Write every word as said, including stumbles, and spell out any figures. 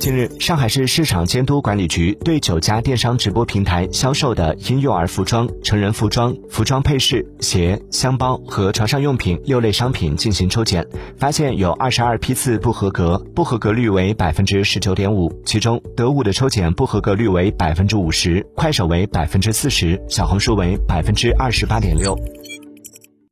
近日，上海市市场监督管理局对九家电商直播平台销售的婴幼儿服装、成人服装、服装配饰、鞋、箱包和床上用品六类商品进行抽检，发现有二十二批次不合格，不合格率为百分之十九点五，其中得物的抽检不合格率为百分之五十，快手为百分之四十，小红书为百分之二十八点六。